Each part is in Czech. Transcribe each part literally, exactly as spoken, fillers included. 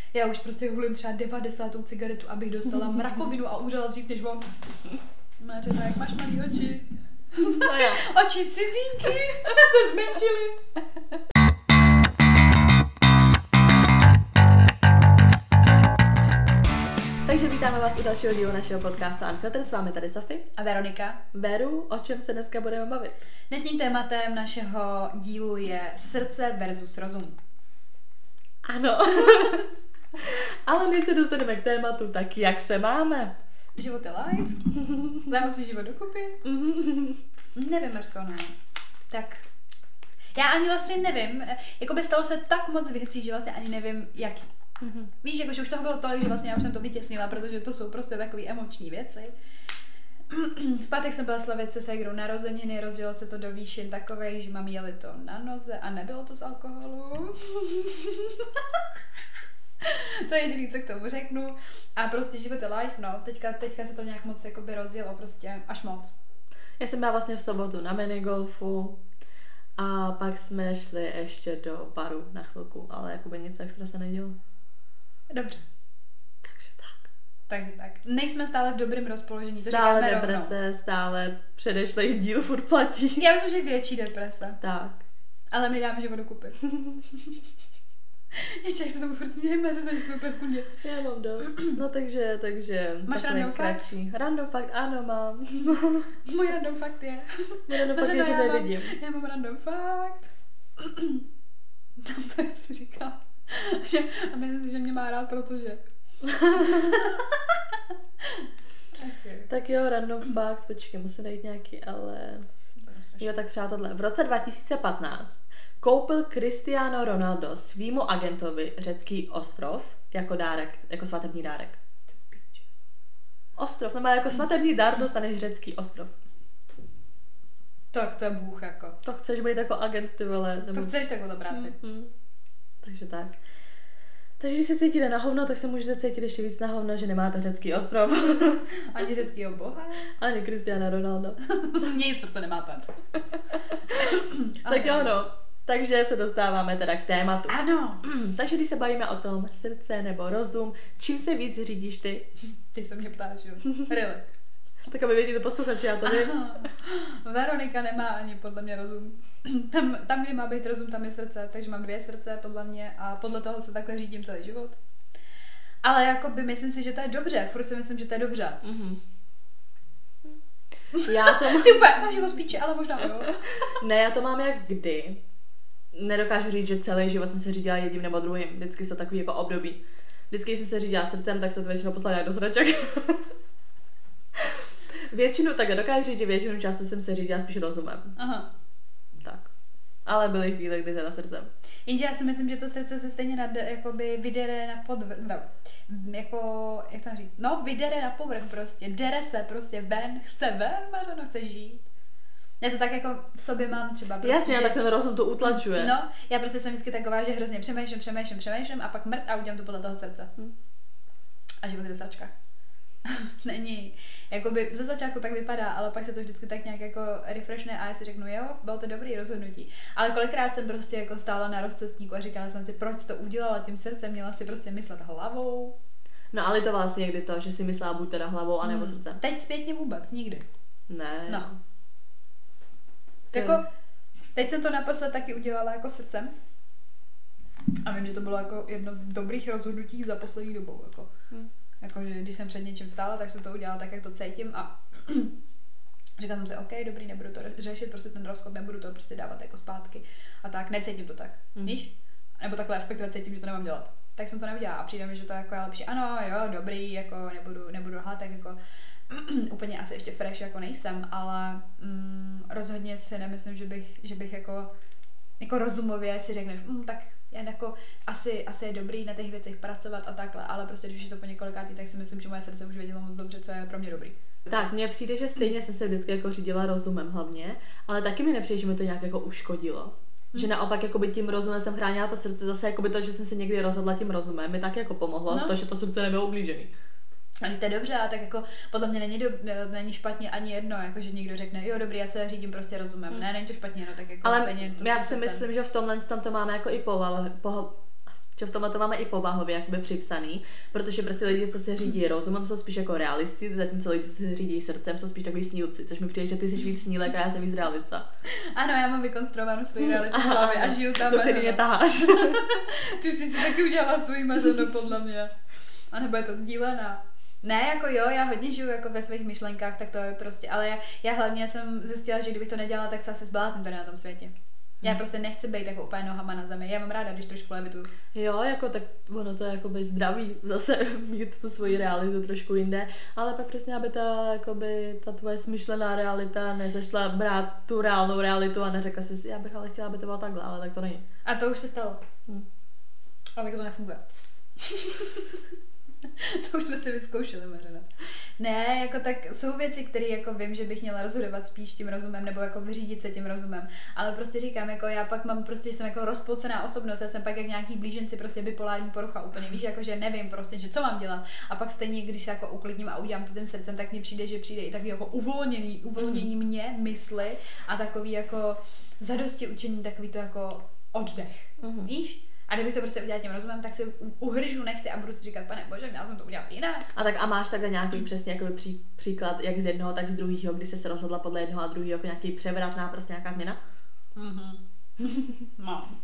Já už prostě hulím třeba devadesátou cigaretu, abych dostala mrakovinu a umřela dřív než on. Mařena, jak máš malý oči? No jo. Oči cizinky se zmenšily. Takže vítáme vás u dalšího dílu našeho podcastu Unfiltered. S vámi tady Sofie A Veronika. Veru, o čem se dneska budeme bavit? Dnešním tématem našeho dílu je srdce versus rozum. Ano. Ale než se dostaneme k tématu, tak jak se máme? Život je live. Dáme si život dokupy. Nevím, Mařko, no. Tak. Já ani vlastně nevím. Jakoby stalo se tak moc věcí, že vlastně ani nevím, jaký. Mm-hmm. Víš, jakože už toho bylo tolik, že vlastně já už jsem to vytěsnila, protože to jsou prostě takové emoční věci. V pátek jsem byla slavit se ségrou narozeniny, rozdělo se to do výšin takových, že mám jeli to na noze a nebylo to z alkoholu. To je jediný, co k tomu řeknu. A prostě život je life, no. Teďka, teďka se to nějak moc jakoby rozdělo, prostě až moc. Já jsem byla vlastně v sobotu na minigolfu a pak jsme šli ještě do baru na chvilku, ale jakoby nic extra se nedělo. Dobře. Takže tak. Takže tak. Nejsme stále v dobrém rozpoložení, to stále říkáme deprese, rovnou. Stále předešlej díl furt platí. Já myslím, že větší deprese. Tak. Ale my dáme život dokupy. Ještě jak se tomu furt smějeme, že jsme úplně v kundě. Já mám dost. No takže, takže... Máš random fakt? Random fakt, ano mám. Můj random fakt je. Můj random fakt je, že nevidím. Já mám random fakt. Tam to, jak jsem říkal. Že, a myslím si, že mě má rád, protože... Okay. Tak jo, random fakt, počkej, musím najít nějaký, ale... Jo, tak třeba tohle. V roce dva tisíce patnáct koupil Cristiano Ronaldo svýmu agentovi řecký ostrov jako dárek, jako svatební dárek. Ostrov, nebo jako svatební dár dostaneš řecký ostrov. Tak to je bůh jako. To chceš být jako agent, ty vole. Nebo... To chceš takovou práci. Mm-hmm. Takže tak. Takže když se cítíte na hovno, tak se můžete cítit ještě víc na hovno, že nemáte řecký ostrov. Ani řeckýho boha. Ani Cristiano Ronaldo. Nic prostě nemáte. Tak jo, no. Takže se dostáváme teda k tématu. Ano. Takže když se bavíme o tom srdce nebo rozum, čím se víc řídíš ty? Ty se mě ptáš, jo. Really. Tak aby věděli to posluchači, já to vím. Veronika nemá ani podle mě rozum. Tam, tam, kde má být rozum, tam je srdce, takže mám dvě srdce podle mě a podle toho se takhle řídím celý život. Ale jakoby myslím si, že to je dobře, furt si myslím, že to je dobře. Mm-hmm. Já to mám... Ty úplně máš jeho spíče, ale možná jo. Ne, já to mám jak kdy. Nedokážu říct, že celý život jsem se řídila jedním nebo druhým. Vždycky jsou takový jako období. Vždycky, když jsem se řídila srdcem, tak se to většinou poslala jak do sraček. Většinu, tak dokážu říct, že většinu času jsem se řídila spíš rozumem. Aha. Tak. Ale byly chvíle, kdy teda srdcem. Jenže já si myslím, že to srdce se stejně nad, jakoby vydere na podvrch, no, jako, jak to říct, no vydere na povrch prostě, dere se prostě ven, chce ven, Mařeno, chce žít. Já to tak jako v sobě mám třeba prostě, jasně, že... tak ten rozum to utlačuje. No, já prostě jsem vždycky taková, že hrozně přemýšlím, přemýšlím, přemýšlím a pak mrt a udělám to podle toho srdce. Hm. A život je ve sračkách. Není. Jakoby ze začátku tak vypadá, ale pak se to vždycky tak nějak jako refreshne a já si řeknu, jo, bylo to dobrý rozhodnutí. Ale kolikrát jsem prostě jako stála na rozcestníku a říkala jsem si, proč to udělala tím srdcem, měla si prostě myslet hlavou. No ale to vlastně někdy to, že si myslela buď teda hlavou, anebo hmm. srdcem. Teď zpětně vůbec, nikdy. Ne. No. Jako, teď jsem to naposled taky udělala jako srdcem. A vím, že to bylo jako jedno z dobrých rozhodnutí za poslední dobou. Jako. Hmm. Jakože když jsem před něčím stála, tak jsem to udělala tak, jak to cítím a říkala jsem si, OK, dobrý, nebudu to řešit, prostě ten rozchod, nebudu to prostě dávat jako zpátky a tak, necítím to tak, mm. víš? Nebo takhle respektive cítím, že to nemám dělat. Tak jsem to neudělala a přijde mi, že to jako je lepší, ano, jo, dobrý, jako nebudu, nebudu lhát, tak jako úplně asi ještě fresh jako nejsem, ale mm, rozhodně si nemyslím, že bych, že bych jako, jako rozumově si řekneš, mm, tak jen jako asi, asi je dobrý na těch věcech pracovat a takhle, ale prostě když je to po několikátý, tak si myslím, že moje srdce už vědělo moc dobře, co je pro mě dobrý. Tak, mně přijde, že stejně jsem se vždycky jako řídila rozumem hlavně, ale taky mi nepřijde, že mi to nějak jako uškodilo. Hmm. Že naopak jakoby tím rozumem jsem chránila to srdce, zase jakoby to, že jsem se někdy rozhodla tím rozumem, mi tak jako pomohlo, no. To, že to srdce nebylo ublížený. A to je dobře, a tak jako podle mě není, do, není špatně ani jedno, jako že někdo řekne, jo dobrý, já se řídím prostě rozumem, hmm. ne, není to špatně, no tak jako ale stejně to já si myslím, že v tomhle tam to máme jako i po, po že v tomhle to máme i povahově jakoby připsaný, protože prostě lidi, co se řídí rozumem, jsou spíš jako realisti, zatímco lidi, co se řídí srdcem, jsou spíš takový snílci, což mi přijde, že ty jsi víc snílek a já jsem víc realista. Ano, já mám vykonstruovanou svou realitu v hlavě a žiju tam. Do který mě taháš. Ty už jsi si taky udělala svůj mařeno, podle mě. A nebo je to sdílená. Ne, jako jo, já hodně žiju jako ve svých myšlenkách, tak to je prostě, ale já, já hlavně jsem zjistila, že kdybych to nedělala, tak se asi zblázním tady na tom světě. Já prostě nechci být jako úplně nohama na zemi. Já mám ráda, když trošku levituju. Jo, jako tak ono to je jakoby zdravý zase mít tu svoji realitu trošku jinde, ale pak přesně, aby ta, jakoby, ta tvoje smyšlená realita nezašla brát tu reálnou realitu a neřekla si, já bych ale chtěla, aby to bylo takhle, ale tak to není. A to už se stalo. Hm. Ale to nefunguje. To už jsme si vyzkoušeli, Mařena. Ne, jako tak jsou věci, které jako vím, že bych měla rozhodovat spíš tím rozumem, nebo jako vyřídit se tím rozumem. Ale prostě říkám, jako já pak mám prostě, že jsem jako rozpolcená osobnost, já jsem pak jak nějaký blíženci, prostě bipolární porucha úplně, víš, jako že nevím prostě, že co mám dělat. A pak stejně, když se jako uklidním a udělám to tím srdcem, tak mi přijde, že přijde i takový jako uvolněný, uvolnění mm. mě, mysli a takový jako zadosti učení, takový to jako oddech, mm. víš? A kdybych to prostě udělala tím rozumem, tak si uhryžu nechty a budu si říkat, pane bože, měla jsem to udělat jinak. A tak a máš takhle nějaký přesně jakoby pří, příklad, jak z jednoho, tak z druhého, kdy jsi se rozhodla podle jednoho a druhého, jako nějaký převratná, prostě nějaká změna? Mhm. Mám.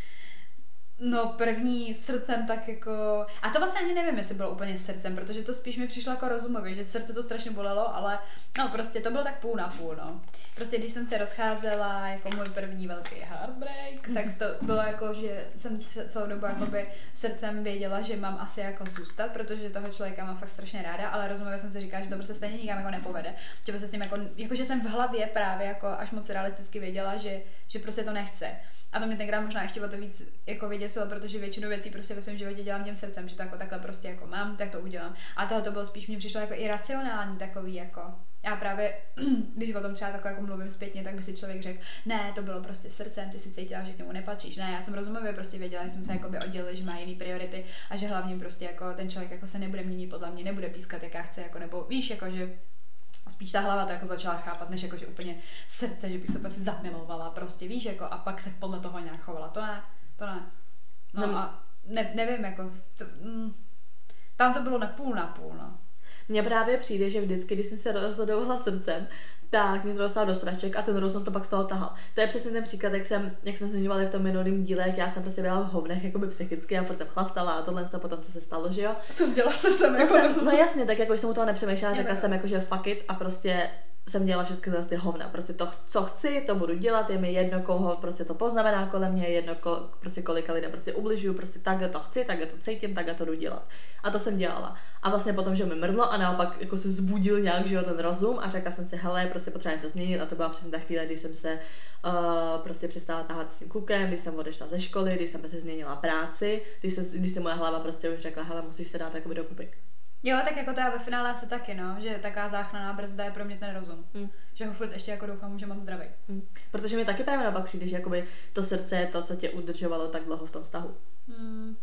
No první srdcem tak jako, a to vlastně ani nevím, jestli bylo úplně srdcem, protože to spíš mi přišlo jako rozumově, že srdce to strašně bolelo, ale no prostě to bylo tak půl na půl, no. Prostě když jsem se rozcházela, jako můj první velký heartbreak, tak to bylo jako, že jsem celou dobu jakoby srdcem věděla, že mám asi jako zůstat, protože toho člověka mám fakt strašně ráda, ale rozumově jsem si říkala, že to prostě stejně nikam jako nepovede, že prostě s tím jako, jako že jsem v hlavě právě jako až moc realisticky věděla, že, že prostě to nechce. A to mě tenkrát možná ještě o to víc jako vyděsilo, protože většinu věcí prostě ve svém životě dělám tím srdcem, že to jako takhle prostě jako mám, tak to udělám. A tohle to bylo spíš, mě přišlo jako iracionální takový jako. Já právě, když o tom třeba takhle jako mluvím zpětně, tak by si člověk řekl, ne, to bylo prostě srdcem, ty si cítila, že k němu nepatříš. Ne, já jsem rozumově prostě věděla, že jsme se jakoby oddělili, že má jiný priority a že hlavně prostě jako ten člověk jako se nebude měnit podle mě, nebude pískat, jak já chci, jako nebo víš, jako že spíš ta hlava to jako začala chápat, než jako, že úplně srdce, že bych se prostě zamilovala, prostě víš, jako a pak se podle toho nějak chovala, to ne, to ne. No ne, a ne, nevím, jako, to, mm, tam to bylo na půl na půl, no. Mně právě přijde, že vždycky, když jsem se rozhodovala srdcem, tak mě to dostalo do sraček a ten rozum to pak z toho tahal. To je přesně ten příklad, jak jsem, jak jsme zmiňovali v tom minulém díle, jak já jsem prostě byla v hovnech jakoby psychicky a furt jsem chlastala a tohle to potom, co se stalo, že jo. To vzděla se jsem to jako... Jsem, no jasně, tak jako jsem u toho nepřemýšlela, řekla jsem jako, že fuck it a prostě jsem dělala všechny ty hovna. Prostě to, co chci, to budu dělat, je mi jedno, koho prostě to poznamená kolem mě, jedno, kol, prostě kolika lidem prostě ubližuju, prostě takhle to chci, takhle to cítím, takhle to jdu dělat. A to jsem dělala. A vlastně potom, že mi mrdlo a naopak jako se zbudil nějak, že jo, ten rozum a řekla jsem si, hele, prostě potřebuji to změnit a to byla přesně ta chvíle, kdy jsem se uh, prostě přestala tahat s tím klukem, když jsem odešla ze školy, když jsem prostě změnila práci, když se, když se moje hlava prostě už řekla, hele, musíš se dát jakoby dokupy. Jo, tak jako to já ve finále asi taky, no, že taková záchranná brzda je pro mě ten rozum. Mm. Že ho furt ještě jako doufám, že mám zdravý. Mm. Protože mi taky právě naopak přijde, že jakoby to srdce je to, co tě udržovalo tak dlouho v tom vztahu. Mm.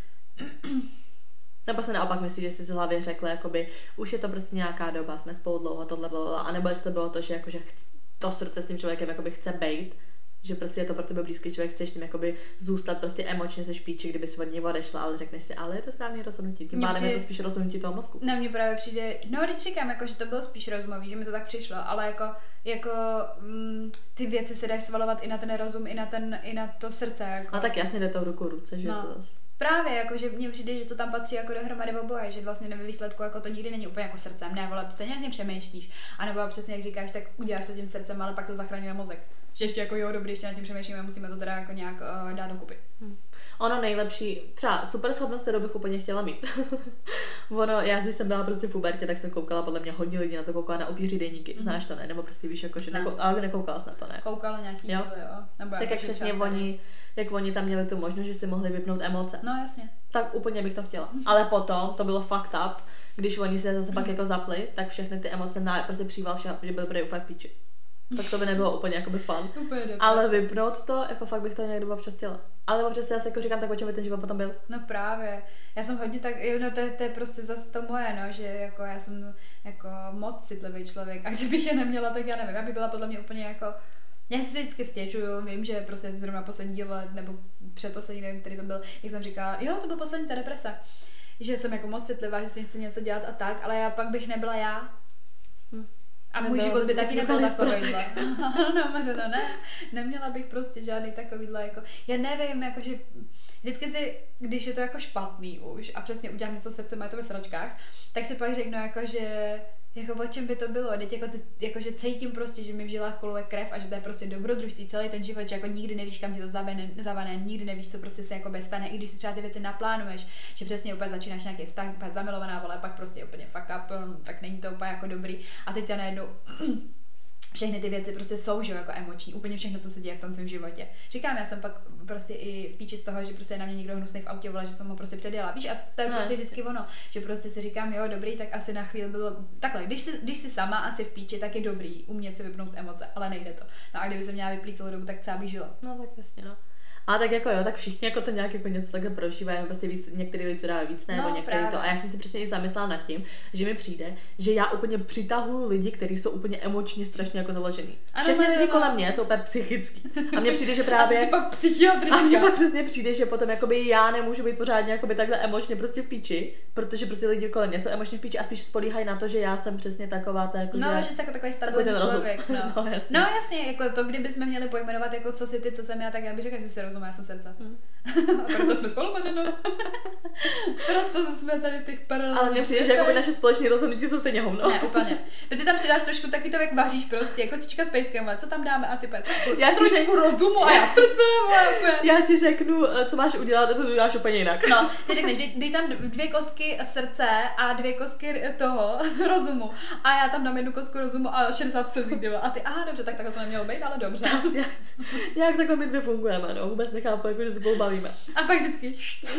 Nebo se naopak myslíš, že jsi si v hlavě řekla, jakoby už je to prostě nějaká doba, jsme spolu dlouho, tohle blablabla, anebo jestli to bylo to, že jakože to srdce s tím člověkem jakoby chce bejt, že prostě je to pro tebe blízký člověk, chceš tím jakoby zůstat prostě emočně ze špičky, kdyby si od něj odešla, ale řekneš si, ale je to správný rozhodnutí. Tím pádem je to spíš rozhodnutí toho mozku. Ne, mně právě přijde, no když říkám, jako, že to bylo spíš rozumový, že mi to tak přišlo, ale jako, jako mm, ty věci se dají svalovat i na ten rozum, i na, ten, i na to srdce. Jako. A tak jasně jde to v ruku ruce, že no. To zase. Právě, jako, že mně přijde, že to tam patří jako dohromady oboje, že vlastně ve výsledku jako to nikdy není úplně jako srdcem, ne, vole, stejně nějak přemýšlíš, anebo přesně jak říkáš, tak uděláš to tím srdcem, ale pak to zachraňuje mozek. Že ještě jako jo, dobrý, ještě nad tím přemýšlíme, musíme to teda jako nějak uh, dát dokupy. Hmm. Ono nejlepší, třeba super schopnost, kterou bych úplně chtěla mít. Ono, já když jsem byla prostě v pubertě, tak jsem koukala, podle mě hodně lidí na to koukala na upíří deníky, mm. Znáš to, ne? Nebo prostě víš, jako, že neko, ale nekoukala jsi na to, ne? Koukala nějaký jo? Díl, jo. Nebo tak jako, jak přesně oni, jak oni tam měli tu možnost, že si mohli vypnout emoce. No jasně. Tak úplně bych to chtěla. Ale potom to bylo fucked up, když oni se zase pak jako zapli, tak všechny ty emoce na prostě příval všeho, že byl prý úplně v píči. Tak to by nebylo úplně jakoby fun. Ale vypnout to, jako fakt bych to někdo občas chtěla. Ale občas si jako říkám, tak o čem by ten život potom byl? No právě. Já jsem hodně tak, no to, to je prostě zase to moje, no, že jako já jsem jako moc citlivý člověk a kdybych je neměla, tak já nevím, já bych byla podle mě úplně jako Já si vždycky stěžuju, vím, že prostě zrovna poslední díl, nebo předposlední, nevím, který to byl, jak jsem říkala, jo, to byl poslední ta deprese. Že jsem jako moc citlivá, že si chci něco dělat a tak, ale já pak bych nebyla já. Hm. A můj život by taky nebyl takovýhle. No, Mařeno, ne. Neměla bych prostě žádný takovýhle, jako, já nevím, jakože vždycky si, když je to jako špatný už a přesně udělám něco srdce, má to ve sračkách, tak si pak řeknu, jako, že jako o čem by to bylo, teď jako, jako že cítím prostě, že mi v žilách koluje krev a že to je prostě dobrodružství celý ten život, že jako nikdy nevíš, kam ti to zavane, zavane nikdy nevíš, co prostě se jako stane, i když si třeba ty věci naplánuješ, že přesně úplně začínáš nějaký vztah, úplně zamilovaná, ale pak prostě úplně fuck up, tak není to úplně jako dobrý a teď já najednou všechny ty věci prostě jsou, že jako emoční, úplně všechno, co se děje v tom tvém životě. Říkám, já jsem pak prostě i v píči z toho, že prostě na mě někdo hnusnej v autě volal, že jsem ho prostě předjela. Víš, a to je no, prostě vždycky ono, že prostě si říkám, jo, dobrý, tak asi na chvíli bylo takhle, když jsi, když jsi sama asi v píči, tak je dobrý umět si vypnout emoce, ale nejde to. No a kdyby se měla vyplít celou dobu, tak třeba bych žila. No tak jasně, no. A tak jako jo, tak všichni jako to nějak jako něco takhle prožívají, prostě víc, některý lidi to dávají víc, nebo no, některý právě. To. A já jsem si přesně i zamyslela nad tím, že mi přijde, že já úplně přitahuju lidi, kteří jsou úplně emočně strašně jako založený. Všechny lidi kolem mě jsou úplně psychický. A mně přijde, že právě. A ty jsi pak psychiatrická. A mně pak přesně přijde, že potom jakoby já nemůžu být pořádně jakoby takhle emočně prostě v píči, protože prostě lidi kolem mě jsou emočně v píči a spíš spolíhají na to, že já jsem přesně taková ta jako. No, že, že jsi takový, takový stabilní člověk. No. no, jasně. no jasně, jako to, kdybychom měli pojmenovat jako co si ty, co jsem já, tak já bych řekla, že si rozumím, já jsem srdce. Hmm. A proto jsme spolu, Mařeno. Proto jsme tady v těch paralelních. Ale mně přijde, že jako naše společné rozhodnutí jsou stejně hovno. Ne, úplně. Ty tam přidáš trošku taky to, jak vaříš prostě, jako čička s pejskem, co tam dáme a ty pet. Já ti řeknu rozumu a já srdce, já ti řeknu, co máš udělat a to uděláš úplně jinak. No, ty řekneš, dej, dej tam dvě kostky srdce a dvě kostky toho rozumu a já tam dám jednu kostku rozumu a šedesát cezí, a ty, aha, dobře, tak takhle to nemělo být, ale dobře. Jak, jak takhle my dvě fungujeme, no, vůbec nechápu, jako, že se spolu bavíme. A pak vždycky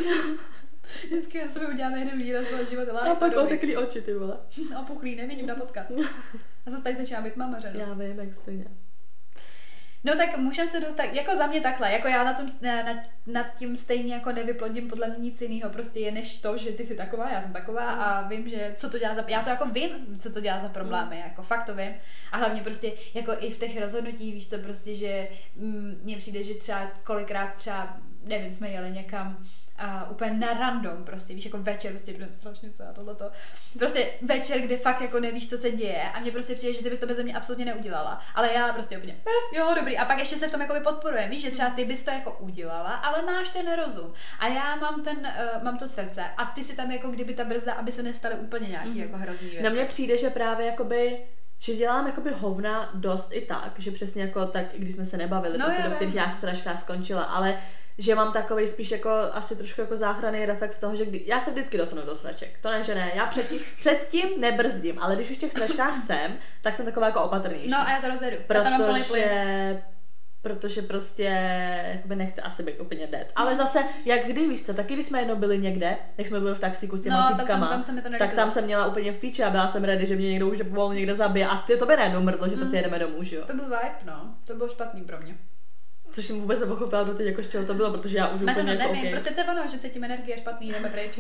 vždycky na sebe uděláme jeden výraz toho života. A pak oteklý oči, ty vole. A puchlý, nevidím na podcast. A zase tady začíná být Mařeno. Já vím, jak svině. No tak můžeme se dostat, jako za mě takhle, jako já na tom, nad, nad tím stejně jako nevyplodím podle mě nic jiného, prostě je než to, že ty jsi taková, já jsem taková mm. a vím, že co to dělá za, já to jako vím, co to dělá za problémy, mm. jako fakt to vím a hlavně prostě jako i v těch rozhodnutích, víš to prostě, že mně přijde, že třeba kolikrát třeba, nevím, jsme jeli někam a úplně na random prostě, víš, jako večer, prostě strašnice a tohleto. Prostě večer, kde fakt jako nevíš, co se děje a mně prostě přijde, že ty bys to beze mě absolutně neudělala, ale já prostě úplně, eh, jo, dobrý. A pak ještě se v tom jakoby podporujem, víš, že třeba ty bys to jako udělala, ale máš ten rozum a já mám ten, uh, mám to srdce a ty si tam jako kdyby ta brzda, aby se nestaly úplně nějaký mm-hmm. jako hrozný věci. Na mě přijde, že právě jakoby že dělám jakoby hovna dost i tak, že přesně jako tak, když jsme se nebavili, no, prostě, do kterých já sračka skončila, ale že mám takovej spíš jako asi trošku jako záchranný reflex toho, že kdy, já se vždycky dostanu do sraček. To ne, že ne, já předtím, předtím nebrzdím, ale když už v těch sračkách jsem, tak jsem taková jako opatrnější. No a já to rozjedu. Protože, protože prostě jakoby nechci asi být úplně dead. Ale zase, jak kdy, víš co, taky když jsme jednou byli někde, jak jsme byli v taxíku s těma no, typkama, tam jsem, tam tak tam jsem měla úplně v píči a byla jsem ready, že mě někdo už pomalu někde zabije a ty to by najednou mrdlo, že mm. prostě jedeme domů, že jo. To byl vibe, no, to bylo špatný pro mě. Což jsem vůbec nepochopila do teď, jako z čeho to bylo, protože já už Mařeno, úplně jako nevím, okay. Prostě to je ono, že cítím energie špatný, jdeme pryč.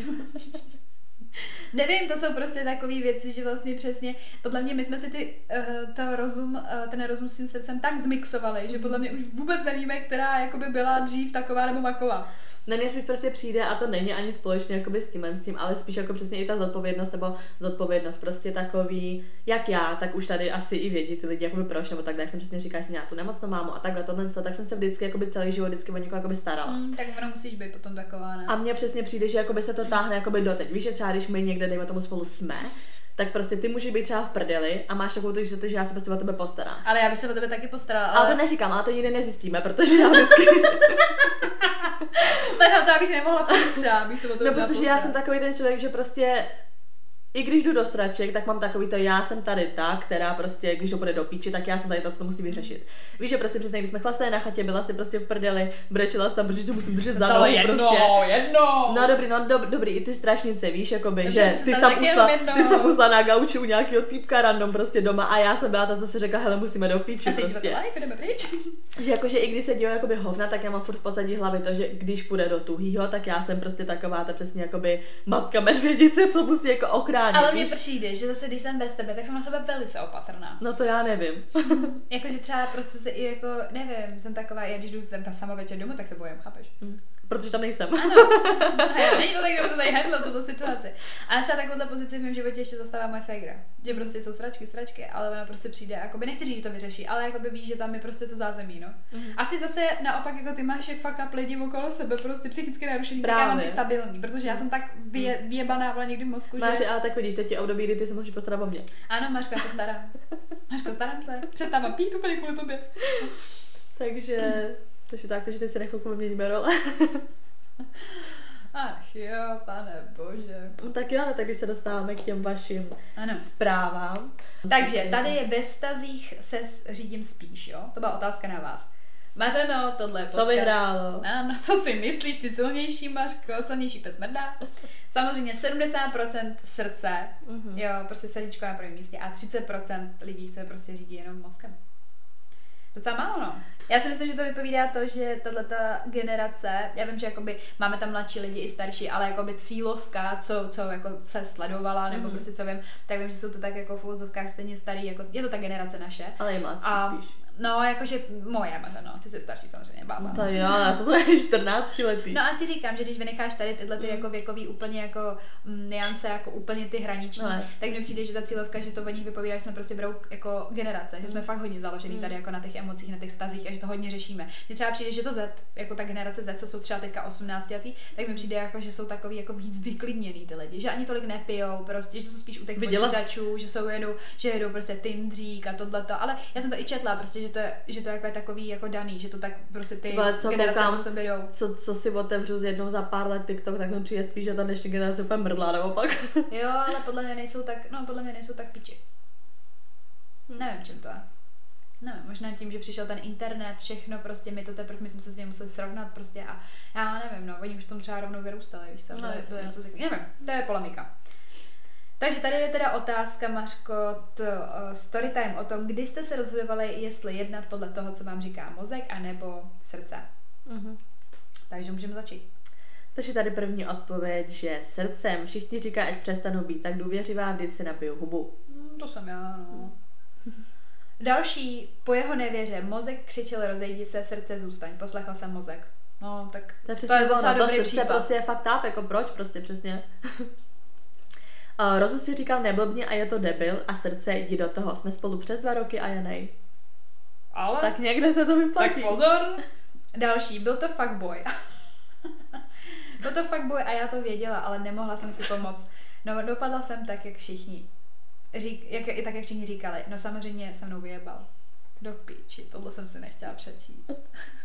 Nevím, to jsou prostě takové věci, že vlastně přesně, podle mě my jsme si ty, uh, to rozum, uh, ten rozum s tím srdcem tak zmixovali, že podle mě už vůbec nevíme, která jakoby byla dřív taková nebo maková. Na mě spíš prostě přijde a to není ani společně jakoby s tím, s tím, ale spíš jako přesně i ta zodpovědnost nebo zodpovědnost prostě takový, jak já, tak už tady asi i vědí ty lidi jakoby proč, nebo takhle, jak jsem přesně říkala, že jsem měla tu nemocnou mámu a takhle tohle, tak jsem se vždycky jakoby celý život vždycky o někoho jakoby starala. Mm, tak ono musíš být potom taková, ne? A mně přesně přijde, že jakoby se to táhne jakoby doteď. Víš, že třeba když my někde dejme tomu spolu jsme, tak prostě ty můžeš být třeba v prdeli a máš takovou tu jistotu, že já se prostě o tebe postarám. Ale já bych se o tebe taky postarala. Ale, ale to neříkám, ale to nikdy nezjistíme, protože já vždycky Takže to abych nemohla pojít třeba, abych se o tebe No, protože já jsem takový ten člověk, že prostě i když jdu do sraček, tak mám takový to, já jsem tady ta, která prostě, když to půjde do píči, tak já jsem tady ta, co to musí vyřešit. Víš, že prostě přesně, když jsme chlastali na chatě, byla si prostě v prdeli, brečela si tam, protože to musím držet za nohu jedno, prostě. jedno. No dobrý, no dob, dobrý, i ty strašnice, víš, jakoby, no, že ty jsi tam usla, ty jsi tam usla na gauči u nějakého týpka random prostě doma a já jsem byla ta, co si řekla, hele, musíme do píči prostě. A ty jdeme pryč. Že jakože i když se dělá jakoby hovna, tak já mám furt v pozadí hlavy to, že když půjde do tuhýho, tak já jsem prostě taková ta přesně jakoby matka medvědice, co musí jako ochránit chránit. Ale mně přijde, že zase, když jsem bez tebe, tak jsem na sebe velice opatrná. No to já nevím. Jakože třeba prostě se i jako, nevím, jsem taková, já když jdu tam sama večer domů, tak se bojím, chápeš? Mm. Protože tam nejsem. Ano. A já není to tak, kdo to tady handle, tuto situaci. A třeba takovouhle pozici v mém životě ještě zastává moje ségra. Že prostě jsou sračky, sračky, ale ona prostě přijde, jakoby nechci říct, že to vyřeší, ale jakoby víš, že tam je prostě to zázemí, no. Mm-hmm. Asi zase naopak, jako ty máš fuck up lidi okolo sebe, prostě psychicky narušený, tak já mám ty stabilní, protože já jsem tak vě, vyjebaná vla někdy v mozku, že... Máři, ale tak vidíš, teď ti období, kdy ty se musíš postarat o mě. Ano, Mařko, já se starám. Mařko, starám se. Přestávám pít úplně kvůli tobě. takže, takže tak, takže teď se nechvilku měníme role. Ach jo, pane bože. No tak jo, no, tak když se dostáváme k těm vašim ano. zprávám. Takže tady je ve vztazích se řídím spíš, jo? To byla otázka na vás. Mařeno, tohle je podcast. Co vyhrálo? Ano, co si myslíš, ty silnější, Mařko, silnější pes mrdá. Samozřejmě sedmdesát procent srdce, mm-hmm. jo, prostě srdíčko na prvním místě a třicet procent lidí se prostě řídí jenom mozkem. Docela málo, no. Já si myslím, že to vypovídá to, že tato generace, já vím, že jakoby máme tam mladší lidi i starší, ale jakoby cílovka, co, co jako se sledovala, nebo mm. prostě co vím, tak vím, že jsou to tak jako v uvozovkách stejně starý, jako je to ta generace naše. Ale je mladší a, spíš. No, jakože moje, no, ty jsi starší samozřejmě, bába. To jo, já to jsem čtrnáct letý. No a ti říkám, že když vynecháš tady tyhle ty mm. jako věkový úplně jako m, niance, jako úplně ty hraniční, no, tak mi přijde, že ta cílovka, že to o nich vypovídá, že jsme prostě brou jako generace, mm. že jsme fakt hodně založený mm. tady jako na těch emocích, na těch vztazích a že to hodně řešíme. Mně třeba přijde, že to Z, jako ta generace Z, co jsou třeba teďka osmnáctiletí, tak mi přijde jako, že jsou takový jako víc vyklidněný ty lidi, že ani tolik nepijou, prostě, že jsou spíš u těch počítačů, že jsou jedou, že jedou prostě Tindřík a tohleto, ale já jsem to i četla, prostě, že to je, že to je jako takový jako daný, že to tak prostě ty Tvoje, co generace koukám, po sobě jdou. Co, co si otevřu z jednou za pár let TikTok, tak mi přijde spíš, že ta dnešní generace úplně mrdlá, nebo pak. Jo, ale podle mě nejsou tak, no podle mě nejsou tak piči. Nevím, čím to je. Nevím, možná tím, že přišel ten internet, všechno prostě, my to teprve, my jsme se s ním museli srovnat prostě a já nevím, no, oni už tom třeba rovnou vyrůstali, víš co, no, byli, byli na to takový, nevím, to je polemika. Takže tady je teda otázka, Mařko, t, uh, storytime o tom, kdy jste se rozhodovali, jestli jednat podle toho, co vám říká mozek, anebo srdce. Uh-huh. Takže můžeme začít. Takže tady první odpověď, že srdcem všichni říká, ať přestanu být tak důvěřivá, vždyť si nabiju hubu. Hmm, to jsem já, no. Další, po jeho nevěře, mozek křičel rozejdi se, srdce zůstaň, poslechla jsem mozek. No, tak to je, to je docela dobrý to případ. To prostě je fakt táp, jako proč prostě přesně. Uh, rozum si říkal neblbně a je to debil a srdce jdi do toho. Jsme spolu přes dva roky a já nej. Ale? Tak někde se to vyplatí. Tak pozor. Další, byl to fuckboy. Byl to fuckboy a já to věděla, ale nemohla jsem si pomoct. No dopadla jsem tak, jak všichni. Řík, jak, i tak, jak všichni říkali. No samozřejmě se mnou vyjebal. Do píči, tohle jsem si nechtěla přečíst.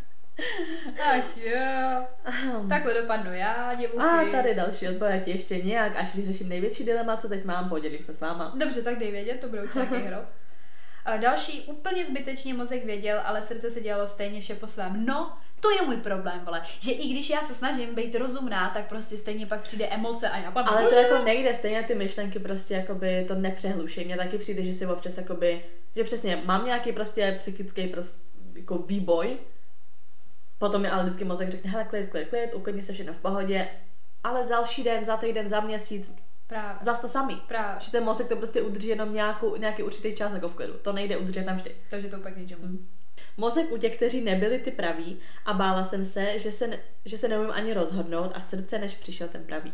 Ach jo. Takhle dopadnu já, děvuchy. A tady další odpověď ještě nějak, až vyřeším největší dilema, co teď mám, podělím se s váma. Dobře, tak dej vědět, to budou nějaký hro. A další, úplně zbytečně mozek věděl, ale srdce se dělalo stejně vše po svém. No, to je můj problém, vole. Že i když já se snažím být rozumná, tak prostě stejně pak přijde emoce a já padnu. Ale to jako nejde, stejně ty myšlenky prostě jakoby to nepřehluší. Mně taky přijde, že si občas jakoby, že přesně mám nějaký prostě psychický prostě jako výboj. Potom mi ale vždycky mozek řekne, hele, klid, klid, klid, uklidni se, všechno v pohodě, ale za další den, za týden, za měsíc, právě. Zas to samý. Právě. Že ten mozek to prostě udrží jenom nějakou, nějaký určitý čas jako v klidu. To nejde udržet navždy. Takže to úplně k ničemu. Mm. Mozek u těch, kteří nebyli ty praví a bála jsem se, že se, že se neumím ani rozhodnout a srdce, než přišel ten pravý.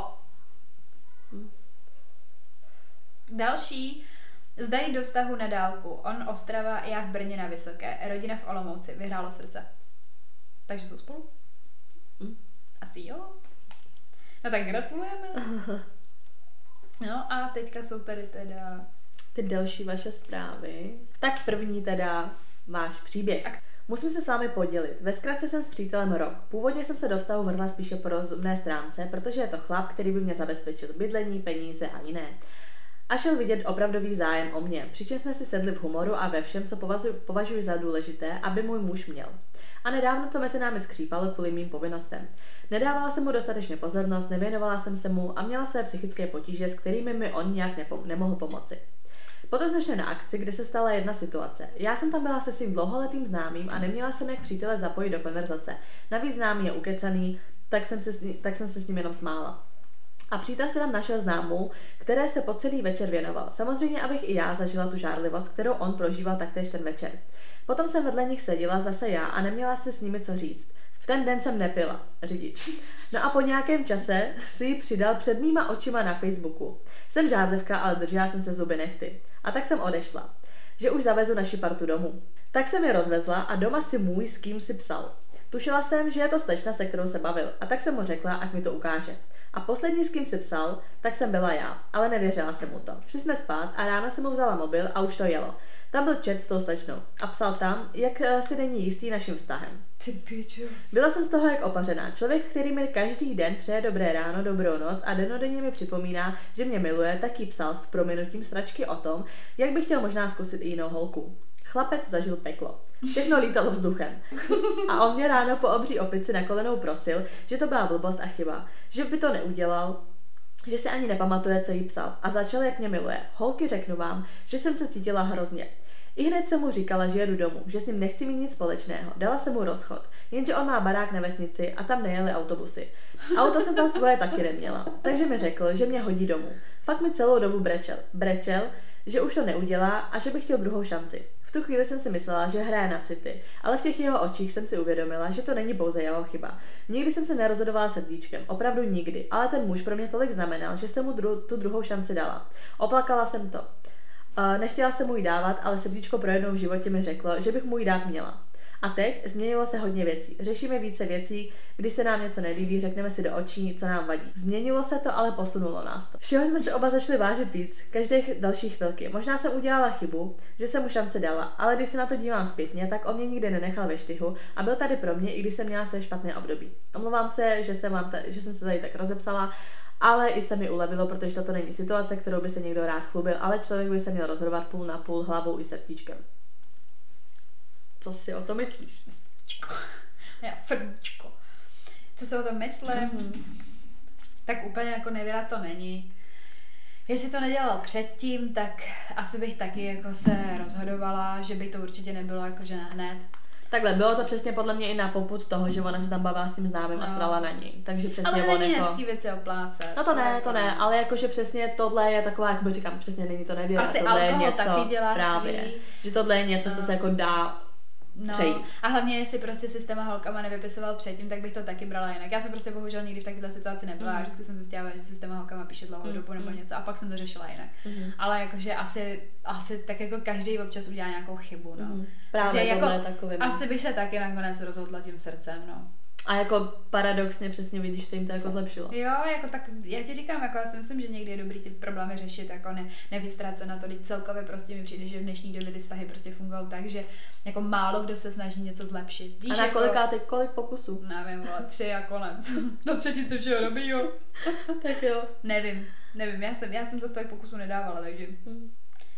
Mm. Další. Zda jít do vztahu na dálku. On Ostrava, já v Brně na Vysoké. Rodina v Olomouci. Vyhrálo srdce. Takže jsou spolu? Mm. Asi jo. No tak gratulujeme. No a teďka jsou tady teda... Ty další vaše zprávy. Tak první teda váš příběh. Tak. Musím se s vámi podělit. Ve zkratce jsem s přítelem rok. Původně jsem se do vztahu vrhla spíše po rozumné stránce, protože je to chlap, který by mě zabezpečil bydlení, peníze a jiné. A šel vidět opravdový zájem o mě, přičem jsme si sedli v humoru a ve všem, co považuji, považuji za důležité, aby můj muž měl. A nedávno to mezi námi skřípalo kvůli mým povinnostem. Nedávala jsem mu dostatečně pozornost, nevěnovala jsem se mu a měla své psychické potíže, s kterými mi on nějak nepo- nemohl pomoci. Potom jsme šli na akci, kde se stala jedna situace. Já jsem tam byla se svým dlouholetým známým a neměla jsem jak přítele zapojit do konverzace. Navíc známý je ukecaný, tak jsem se s, ní, tak jsem se s ním jenom smála. A přítel si tam našel známou, které se po celý večer věnoval. Samozřejmě, abych i já zažila tu žárlivost, kterou on prožíval taktéž ten večer. Potom jsem vedle nich seděla zase já a neměla si s nimi co říct. V ten den jsem nepila, řidič. No a po nějakém čase si ji přidal před mýma očima na Facebooku. Jsem žárlivka, ale držela jsem se zuby nehty. A tak jsem odešla, že už zavezu naši partu domů. Tak jsem je rozvezla a doma si můj s kým si psal. Tušila jsem, že je to slečna, se kterou se bavil, a tak jsem mu řekla, ať mi to ukáže. A poslední, s kým si psal, tak jsem byla já, ale nevěřila jsem mu to. Šli jsme spát a ráno jsem mu vzala mobil a už to jelo. Tam byl chat s tou slečnou a psal tam, jak si není jistý naším vztahem. Byla jsem z toho jak opařená. Člověk, který mi každý den přeje dobré ráno, dobrou noc a dennodenně mi připomíná, že mě miluje, taky psal s prominutím sračky o tom, jak bych chtěl možná zkusit i jinou holku. Chlapec zažil peklo. Všechno lítalo vzduchem. A on mě ráno po obří opici na kolenou prosil, že to byla blbost a chyba, že by to neudělal, že si ani nepamatuje, co jí psal. A začal, jak mě miluje. Holky, řeknu vám, že jsem se cítila hrozně. I hned jsem mu říkala, že jedu domů, že s ním nechci mít nic společného. Dala jsem mu rozchod, jenže on má barák na vesnici a tam nejeli autobusy. Auto jsem tam svoje taky neměla, takže mi řekl, že mě hodí domů. Fakt mi celou dobu brečel. Brečel, že už to neudělá a že bych chtěl druhou šanci. V tu chvíli jsem si myslela, že hraje na city, ale v těch jeho očích jsem si uvědomila, že to není pouze jeho chyba. Nikdy jsem se nerozhodovala srdíčkem, opravdu nikdy, ale ten muž pro mě tolik znamenal, že jsem mu dru- tu druhou šanci dala. Oplakala jsem to. Uh, nechtěla jsem mu ji dávat, ale srdíčko pro jednou v životě mi řeklo, že bych mu ji dát měla. A teď změnilo se hodně věcí. Řešíme více věcí, když se nám něco nelíbí, řekneme si do očí, co nám vadí. Změnilo se to, ale posunulo nás to. Všeho jsme si oba začali vážit víc, každých další chvilky. Možná jsem udělala chybu, že jsem mu šanci dala, ale když se na to dívám zpětně, tak on mě nikdy nenechal ve štyhu a byl tady pro mě, i když jsem měla své špatné období. Omlouvám se, že jsem, vám ta, že jsem se tady tak rozepsala, ale i se mi ulevilo, protože toto není situace, kterou by se někdo rád chlubil, ale člověk by se měl rozhodovat půl na půl hlavou i srdíčkem. Co si o to myslíš? Srdíčko. Já srdíčko. Co si o tom myslím? Mm-hmm. Tak úplně jako nevěra to není. Jestli to nedělal předtím, tak asi bych taky jako se rozhodovala, že by to určitě nebylo jakože hned. Takhle, bylo to přesně podle mě i na popud toho, že ona se tam bavila s tím známým no. a srala na ní. Takže přesně ale on není jako... hezký věci oplácet. No to ne, to ne, ale jakože přesně tohle je taková, jak by říkám, přesně není to nevěra. Asi tohle alkohol je něco, taky dělá právě, svý. Že tohle je něco, no. co se jako dá No, přejít. a hlavně jestli prostě si s těma holkama nevypisoval předtím, tak bych to taky brala jinak. Já jsem prostě bohužel nikdy v takovéhle situaci nebyla. Mm. Vždycky jsem se stěhovala, že si s těma holkama píše dlouhou mm. dobu nebo něco a pak jsem to řešila jinak. Mm. Ale jakože asi, asi tak jako každý občas udělá nějakou chybu, no. Mm. Právě že tohle jako, je takový. Asi bych se taky nakonec rozhodla tím srdcem, no. A jako paradoxně přesně vidíš, se jim to jako zlepšilo. Jo, jako tak, já ti říkám, jako já si myslím, že někdy je dobrý ty problémy řešit, jako ne, nevystrat se na to, teď celkově prostě mi přijde, že v dnešní době ty vztahy prostě fungují tak, že jako málo kdo se snaží něco zlepšit. Víš, a na jako, kolikáty, kolik pokusů? Nevím, vole, tři a konec. Do třetice všeho dobrýho. Tak jo. Nevím, nevím, já jsem, já jsem za tolik pokusů nedávala, takže hmm.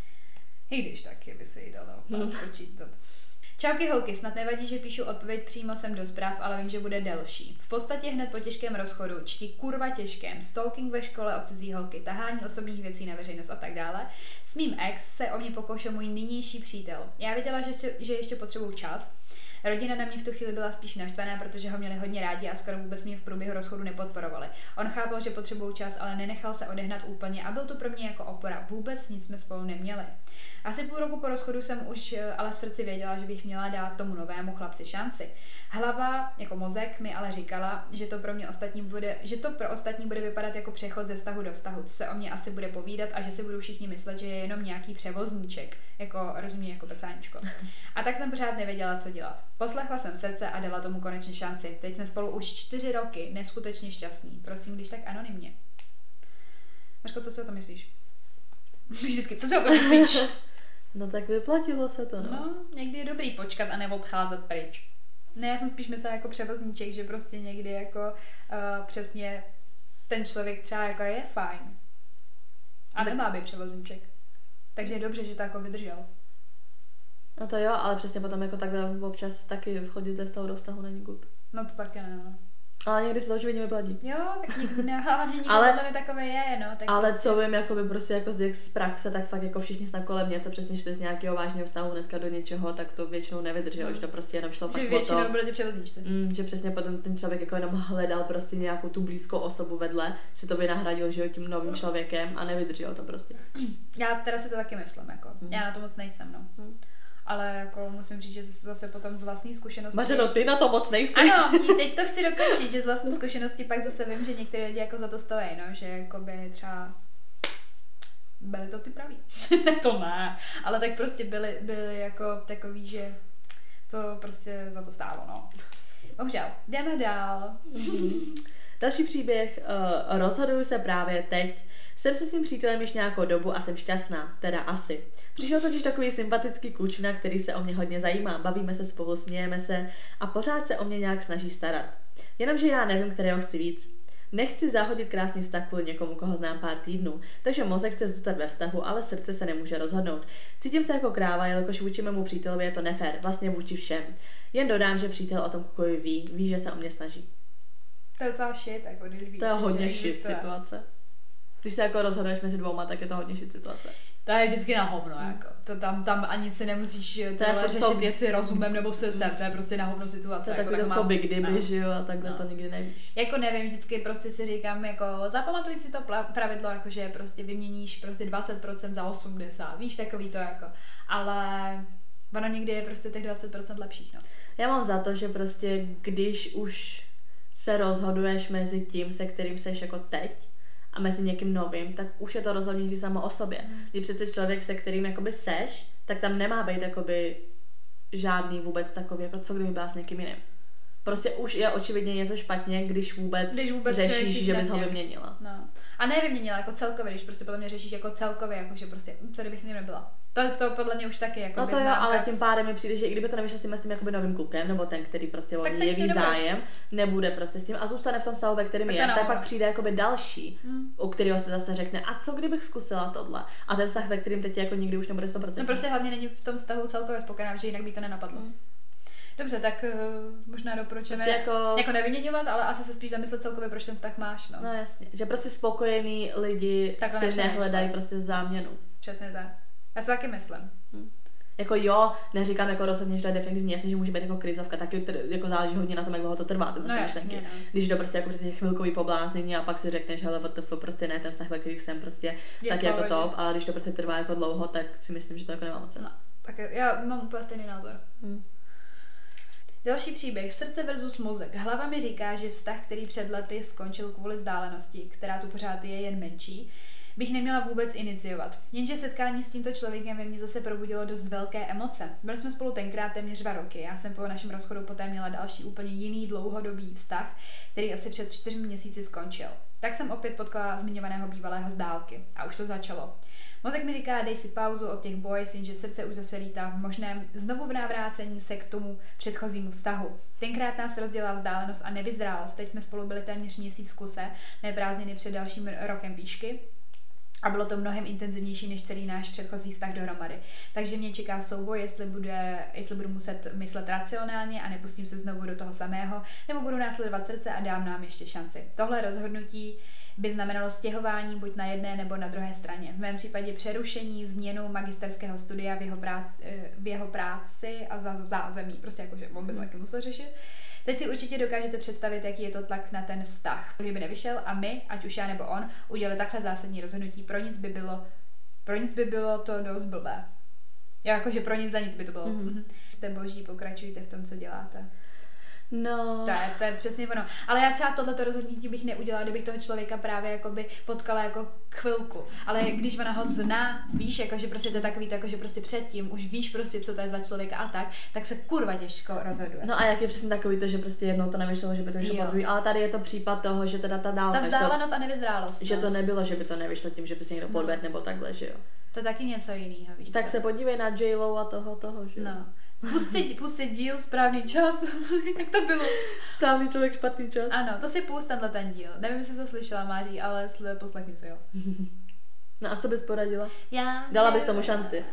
i když taky by se jí dalo spočítat. Čauky holky, snad nevadí, že píšu odpověď přímo sem do zpráv, ale vím, že bude delší. V podstatě hned po těžkém rozchodu, čtí kurva těžkém, stalking ve škole od cizí holky, tahání osobních věcí na veřejnost a tak dále, s mým ex se o mě pokoušel můj nynější přítel. Já věděla, že ještě, že ještě potřebuju čas. Rodina na mě v tu chvíli byla spíš naštvaná, protože ho měli hodně rádi a skoro vůbec mě v průběhu rozchodu nepodporovali. On chápal, že potřebuju čas, ale nenechal se odehnat úplně a byl to pro mě jako opora. Vůbec nic jsme spolu neměli. Asi půl roku po rozchodu jsem už ale v srdci věděla, že bych měla dát tomu novému chlapci šanci. Hlava, jako mozek, mi ale říkala, že to pro mě ostatní bude, že to pro ostatní bude vypadat jako přechod ze vztahu do vztahu, co se o mě asi bude povídat a že si budou všichni myslet, že je jenom nějaký převozníček, jako rozumí jako pecáničko. A tak jsem pořád nevěděla, co dělat. Poslechla jsem srdce a dala tomu konečně šanci. Teď jsme spolu už čtyři roky, neskutečně šťastný. Prosím, když tak anonymně. Mařko, co si o to myslíš? Vždycky, co si o to myslíš? No tak vyplatilo se to, no. No, někdy je dobrý počkat a neodcházet pryč. Ne, já jsem spíš myslela jako převozníček, že prostě někdy jako uh, přesně ten člověk třeba jako je fajn. A nemá být převozníček. Takže je dobře, že to jako vydržel. No to jo, ale přesně potom jako takhle občas taky chodit ze vztahu do vztahu není good. No to taky ne, no. Ale někdy se to očividně vyplatí. Jo, tak někdy, ne, hlavně někdo ale, podle mě takové je, no. Tak ale prostě... co vím, jakoby prostě jako z praxe, tak fakt jako všichni snad kolem něco, přesně z nějakého vážného vztahu hnedka do něčeho, tak to většinou nevydrželo, mm. že to prostě jenom šlo fakt o to. Že většinou byly ty převozníčce. Mm, že přesně potom ten člověk jako jenom hledal prostě nějakou tu blízkou osobu vedle, si to vynahradil, že jo, tím novým člověkem a nevydrželo to prostě. Já teda si to taky myslím, jako. Mm. Já na to moc nejsem, no. Mm. Ale jako musím říct, že zase potom z vlastní zkušenosti... Mařeno, ty na to moc nejsi. Ano, teď to chci dokončit, že z vlastní zkušenosti pak zase vím, že některé lidi jako za to stojí, no, že jakoby třeba byly to ty praví. To ne, ale tak prostě byly, byly jako takový, že to prostě za to stálo, no. Bohužel, jdeme dál. Mm-hmm. Další příběh, uh, rozhoduju se právě teď. Jsem se s tím přítelem již nějakou dobu a jsem šťastná, teda asi. Přišel totiž takový sympatický klučina, který se o mě hodně zajímá, bavíme se spolu, smějeme se a pořád se o mě nějak snaží starat. Jenomže já nevím, kterého chci víc. Nechci zahodit krásný vztah kvůli někomu, koho znám pár týdnů, takže mozek chce zůstat ve vztahu, ale srdce se nemůže rozhodnout. Cítím se jako kráva, jelikož vůči mému přítelovi je to nefér, vlastně vůči všem. Jen dodám, že přítel o tom kukovi ví, ví, že se o mě snaží. To je docela shit, jako když víš, to je hodně že shit situace. Když se jako rozhoduješ mezi dvouma, tak je to hodně shit situace. To je vždycky na hovno, mm. jako. To tam, tam ani si nemusíš tohle řešit, co... jestli rozumem nebo srdcem, to je prostě na hovno situace. To je jako, takový tak to, co by kdyby, no. že jo, a takhle no. To nikdy nevíš. Jako nevím, vždycky prostě si říkám, jako zapamatuj si to pravidlo, jako že prostě vyměníš prostě dvacet procent za osmdesát, víš, takový to jako. Ale ono někdy je prostě těch dvacet procent lepších, no. Já mám za to, že prostě když už se rozhoduješ mezi tím, se kterým seš jako teď, a mezi někým novým, tak už je to rozhodnutí samo o sobě. Mm. Když přece člověk, se kterým jakoby seš, tak tam nemá být jakoby žádný vůbec takový, jako co kdyby byla s někým jiným. Prostě už je očividně něco špatně, když vůbec, když vůbec řešíš, že bys ho vyměnila. No. A ne vyměnila, jako celkově, když prostě podle mě řešíš jako celkově, jako že prostě, co kdybych s ním nebyla. To, to podle mě už taky jako no to jo, ale tím pádem mi přijde, že i kdyby to nevyšlo s tím, s tím jakoby novým klukem, nebo ten, který prostě o ní jeví zájem, nebude prostě s tím a zůstane v tom stavu, ve kterém tak je, tak pak přijde jakoby další, hmm. u kterého se zase řekne, a co kdybych zkusila tohle. A ten vztah, ve kterém teď jako nikdy už nebude sto procent. No prostě hlavně není v tom vztahu celkově spokojená, že jinak by to nenapadlo. Hmm. Dobře, tak uh, možná doporučujeme prostě jako... jako nevyměňovat, ale asi se spíš zamyslet celkově, proč ten vztah máš. No, no jasně, že prostě spokojení lidi takhle si nehledají prostě záměnu. Přesně tak. Já si taky myslím. Hmm. Jako jo, neříkám jako rozhodně, že to je definitivně jasně, že může být jako krizovka, taky tr- jako záleží hodně na tom, jak dlouho to trvá. Ten no jasně, no. Když to prostě jako prostě chvilkový pobláznění a pak si řekneš, hele, W T F, prostě ne, ten vztah, ve kterých jsem prostě je tak jako top, ale když to prostě trvá jako dlouho, tak si myslím, že to jako nemá moc. No, tak já mám úplně stejný názor. Hmm. Další příběh. Srdce versus mozek. Hlava mi říká, že vztah, který před lety skončil kvůli vzdálenosti, která tu pořád je jen menší, bych neměla vůbec iniciovat. Jenže setkání s tímto člověkem ve mně zase probudilo dost velké emoce. Byli jsme spolu tenkrát téměř dva roky. Já jsem po našem rozchodu poté měla další úplně jiný dlouhodobý vztah, který asi před čtyřmi měsíci skončil. Tak jsem opět potkala zmiňovaného bývalého z dálky. A už to začalo. Mozek mi říká, dej si pauzu od těch boys, jenže srdce už zase lítá v možném znovu v návrácení se k tomu předchozímu vztahu. Tenkrát nás rozdělila vzdálenost a nevyzrálost. Teď jsme spolu byli téměř měsíc v kuse, mé prázdniny před dalším rokem píšky. A bylo to mnohem intenzivnější než celý náš předchozí vztah dohromady. Takže mě čeká souboj, jestli, bude, jestli budu muset myslet racionálně a nepustím se znovu do toho samého, nebo budu následovat srdce a dám nám ještě šanci. Tohle rozhodnutí by znamenalo stěhování buď na jedné nebo na druhé straně. V mém případě přerušení, změnu magisterského studia v jeho práci, v jeho práci a za zázemí. Prostě jakože on by to taky musel řešit. Teď si určitě dokážete představit, jaký je to tlak na ten vztah. Kdyby nevyšel a my, ať už já nebo on, udělali takhle zásadní rozhodnutí, pro nic by bylo, pro nic by bylo to dost blbé. Jo, jakože pro nic za nic by to bylo. Mm-hmm. Jste boží, pokračujte v tom, co děláte. No. To je, to je přesně ono. Ale já třeba tohleto rozhodnutí bych neudělala, kdybych toho člověka právě jakoby potkala jako chvilku. Ale když ona ho zná, víš, jako, že prostě to je takový, to, jako, že prostě předtím už víš prostě, co to je za člověka a tak, tak se kurva těžko rozhoduje. No a jak je přesně takový to, že prostě jednou to nevyšlo, že by to vyšlo po druhý, ale tady je to případ toho, že teda ta dálka. Ta vzdálenost a nevyzrálost. Že to nebylo, že by to nevyšlo tím, že by se někdo podvedl no. nebo takhle, že jo. To je taky něco jiného, víš. Tak co? se podívej na J-Lo a toho, toho, že jo. No. Pustit, pustit díl, správný čas, jak to bylo? Správný člověk, špatný čas. Ano, to si pust tenhle ten díl. Nevím, jestli jsi to slyšela, Máří, ale poslechni si ho. No a co bys poradila? Já Dala bys tomu šanci?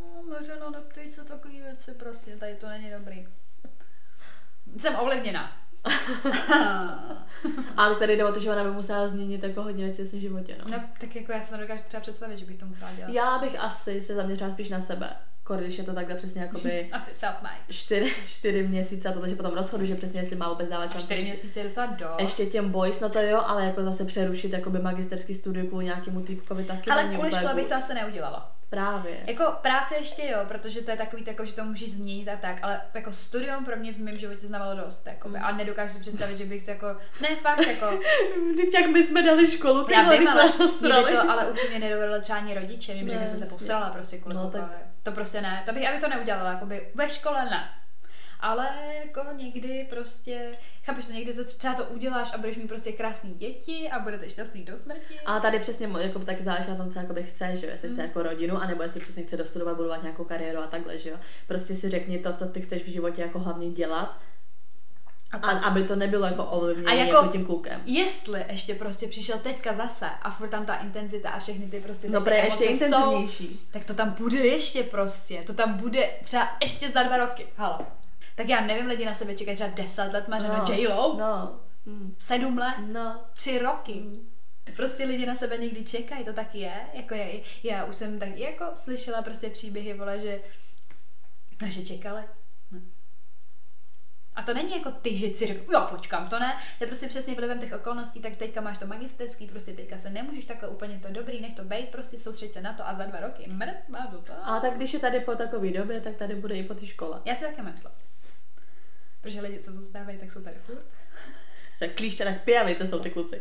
Mařeno, neptej se takový věci, prostě, tady to není dobrý. Jsem ovlivněná. Ale tady jde o to, že ona by musela změnit jako hodně věcí v svém životě, no. No, tak jako já se to dokážu třeba představit, že bych to musela dělat. Já bych asi se zaměřila spíš na sebe. Když je to takhle přesně jakoby a ty self-made. Čtyři, čtyři měsíce a tohle, že potom rozchodu, že přesně jestli má vůbec dávat čas. Čtyři měsíce je docela dost. Ještě těm boys, no to jo, ale jako zase přerušit jakoby magisterský studium kvůli nějakému týpkovi taky. Ale kvůli škole bych to asi neudělala. Právě. Jako práce ještě jo, protože to je takový tako, že to můžeš změnit a tak, ale jako studium pro mě v mém životě znamenalo dost, jakoby, a nedokážu si představit, že bych to jako, ne fakt jako. Teď jak my jsme dali školu, ty já vím, ale to mě by to ale upřímně nedovedlo třeba ani rodiče, vím, že bych se posrala prostě kvůli no, tak... to prostě ne, to bych, abych to neudělala, jakoby ve škole ne. Ale jako někdy prostě, chápeš to, někdy to třeba to uděláš a budeš mít prostě krásný děti a budete šťastný do smrti. A tady přesně jako taky záleží na tom, co jakoby chce, že jo, jestli mm. chce jako rodinu, anebo jestli přesně chce dostudovat, budovat nějakou kariéru a takhle, že jo. Prostě si řekni to, co ty chceš v životě jako hlavně dělat. A, a aby to nebylo jako ovlivněné jako, jako tím klukem. Jestli ještě prostě přišel teďka zase a furt tam ta intenzita a všechny ty prostě no, ty ještě intenzivnější. Jsou, tak to tam bude ještě prostě, to tam bude třeba ještě za dva roky, halo. Tak já nevím, lidi na sebe čekají třeba deset let, máš no, J-Lo, no. hmm. sedm let, no. tři roky. Hmm. Prostě lidi na sebe někdy čekají, to tak je. Jako je, já už jsem taky jako slyšela prostě příběhy, vole, že že čekali. No. A to není jako ty, že si řekl, jo, počkám, to ne. Je prostě přesně vlivem těch okolností, tak teďka máš to magisterský, prostě teďka se nemůžeš takhle úplně to dobrý, nech to bejt, prostě soustřeď se na to a za dva roky mrt, má do toho. A tak když je tady po takové době, tak tady bude i po té škole. Já si taky myslím. Protože lidi, co zůstávají, tak jsou tady furt. Se klíště tak pijavice jsou ty kluci.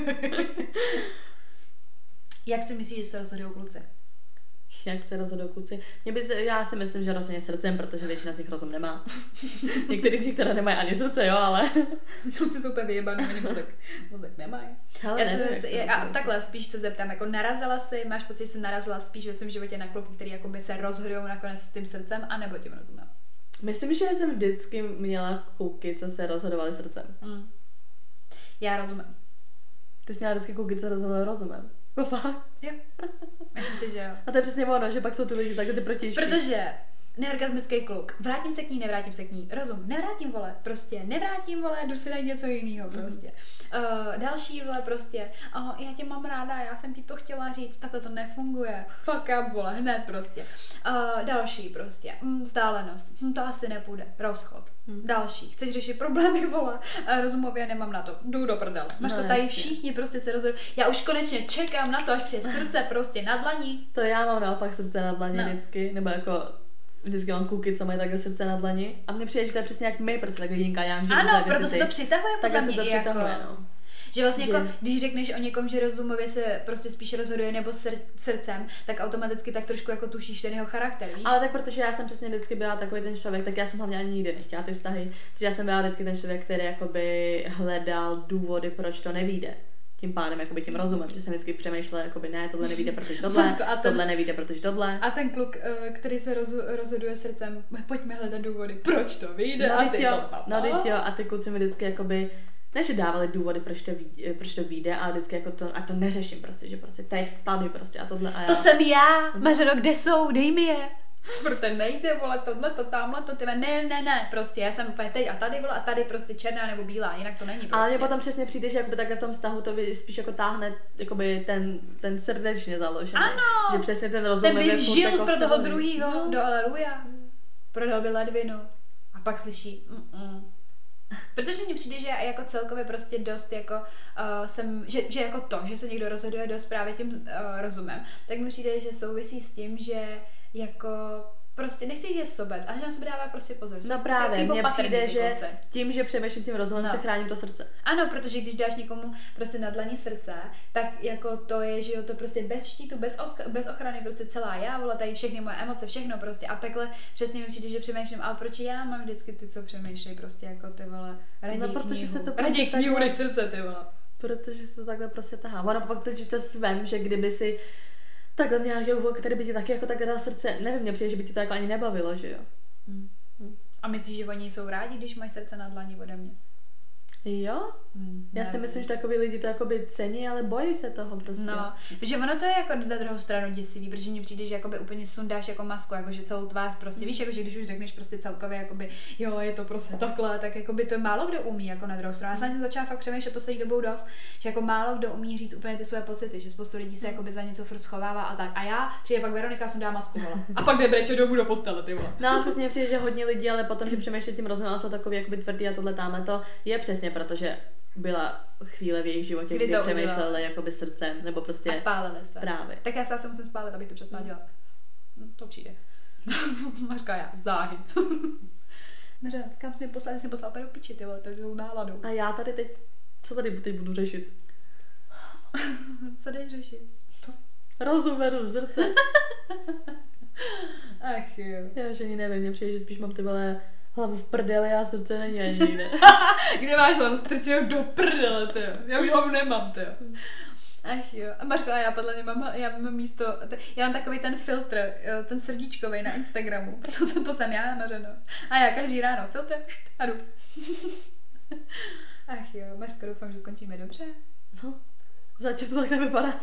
Jak si myslíš, že se rozhodují kluci? Jak se rozhodují kluci? Mě by se, já si myslím, že rozhodně srdcem, protože většina z nich rozum nemá. Některý z nich teda nemají ani srdce, jo, ale... Kluci jsou úplně vyjebaný, ani mozek, mozek nemají. Ale já nevím, si, je, a takhle spíš se zeptám, jako narazila si, máš pocit, že jsi narazila spíš ve svém životě na kluky, který jakoby se rozhodují nakonec tím srdcem, anebo tím rozumem? Myslím, že jsem vždycky měla kluky, co se rozhodovaly srdcem. Mm. Já rozumím. Ty jsi měla vždycky kluky, co rozhodovaly rozumem. No fakt? Jo. Myslím si, že jo. A to je přesně ono, že pak jsou ty lidi takhle ty protižky. Protože neorgasmický kluk. Vrátím se k ní, nevrátím se k ní. Rozum. Nevrátím, vole. Prostě nevrátím, vole, jdu si najít něco jiného, prostě. Mm. Uh, další, vole, prostě. Uh, já tě mám ráda, já jsem ti to chtěla říct, takhle to nefunguje. Fuck up, vole, hned prostě. Uh, další, prostě. Mm, vzdálenost. Hm, to asi nepůjde. Rozchod. Hmm. Další. Chceš řešit problémy, vole? Uh, rozumově nemám na to. Jdu do prdele. Maško, no, tady všichni prostě se rozhodují. Já už konečně čekám na to, až přes srdce prostě na dlani. To já mám naopak srdce na dlani no. vždycky, nebo jako vždycky mám kluky, co mají takhle srdce na dlani. A mně přijde, že to je přesně jak my, prostě takhle Jinka Yang. Ano, proto se to přitahuje podle mě se to i přitahuje, jako... no. Že vlastně že... jako, když řekneš o někom, že rozumově se prostě spíš rozhoduje nebo sr- srdcem, tak automaticky tak trošku jako tušíš ten jeho charakter, víš? Ale tak protože já jsem přesně vždycky byla takový ten člověk, tak já jsem hlavně ani nikdy nechtěla ty vztahy, takže já jsem byla vždycky ten člověk, který jakoby hledal důvody, proč to nevyjde. Tím pádem, jakoby tím rozumem, že jsem vždycky přemýšlela, jakoby ne, tohle nevyjde, protože tohle, Mačko, ten, tohle nevyjde, protože tohle. A ten kluk, který se roz, rozhoduje srdcem, pojďme hledat důvody, proč to vyjde, no, a ty jo, to no, teď jo, a ty kluci mi vždycky jakoby ne, že dávali důvody, proč to, vyjde, proč to vyjde, ale vždycky jako to, a to neřeším prostě, že prostě teď, tady prostě a tohle a já. To jsem já, Mařeno, kde jsou, dej mi je. Protože nejde, vole, tohle, to, tamhle, to, tyhle, ne, ne, ne, prostě, já jsem úplně teď a tady, vole, a tady prostě černá nebo bílá, jinak to není prostě. Ale mě potom přesně přijde, že jakoby takhle v tom vztahu to spíš jako táhne, jakoby ten, ten srdečně založený. Ano! Že přesně ten rozum. Ten by žil jako pro toho druhýho, no. Do aleluja, prodal by ledvinu a pak slyší, mm-mm. Protože mně přijde, že jako celkově prostě dost jako uh, jsem, že, že jako to, že se někdo rozhoduje dost právě tím uh, rozumem, tak mi přijde, že souvisí s tím, že jako prostě nechci, že je sobec, ale že na sebe dává prostě pozor. No právě, mně přijde, že tím, že přemýšlím tím rozumem, no. se chráním to srdce. Ano, protože když dáš někomu prostě na dlani srdce, tak jako to je, že jo, to prostě bez štítu, bez, oska, bez ochrany, prostě celá já, vole, tady všechny moje emoce, všechno prostě a takhle přesně mi přijde, že přemýšlím, ale proč já mám vždycky ty, co přemýšlí prostě jako ty vole, raději no, protože knihu, se to raději prostě knihu takhle... než srdce, ty vole. Protože se to takhle prostě tahá. Ono pak to, to svém, že kdyby si takhle měla nějakého, který by ti taky jako takhle dal srdce, nevím, mě přijde, že by ti to jako ani nebavilo, že jo. Hmm. Hmm. A myslíš, že oni jsou rádi, když mají srdce na dlani ode mě? Jo? Hmm, Já si myslím, že takový lidi to jakoby cení, ale bojí se toho prostě. No, protože ono to je jako na druhou stranu děsivý, protože mně přijde, že jakoby úplně sundáš jako masku, jakože celou tvář prostě, mm. víš, jakože když už řekneš prostě celkově, jakoby, jo, je to prostě takhle, tak jakoby to málo kdo umí, jako na druhou stranu. Já jsem tím začala fakt přemýšlet poslední dobou dost, že jako málo kdo umí říct úplně ty své pocity, že spoustu lidí se jakoby za něco furt schovává a tak. A já přijde pak Veronika sundá masku, vole. A pak jde breče domů do postele, ty vole. No, přesně přijde, že hodně lidí, ale potom, že přemýšlí tím rozhodně, jsou takový jakoby tvrdý a tohle táme to je přesně, protože byla chvíle v jejich životě, kdy, kdy přemýšleli jakoby srdcem, nebo prostě a spálili se. Právě. Tak já se asi musím spálit, abych to přestala dělat. Hm, to přijde. Mařka já, záhy. Neře, kam jsi mě poslal, jsi mě poslal do piči, ty vole, to je náladu. A já tady teď, co tady teď budu řešit? Co jdeš řešit? To. Rozum versus srdce. Ach jo. Já že ani nevím, mě přijde, že spíš mám ty vole hlavu v prdeli a srdce není ani nikde. Kde máš hlavu strčenou do prdele, tyjo. Já už hlavu nemám, tyjo. Ach jo. A Mařko, a já podle mě mám, já mám místo, já mám takový ten filtr, ten srdíčkovej na Instagramu. To, to, to jsem já namařeno. A já každý ráno filtr a jdu. Ach jo, Mařko, doufám, že skončíme dobře. No, zatím to tak nevypadá.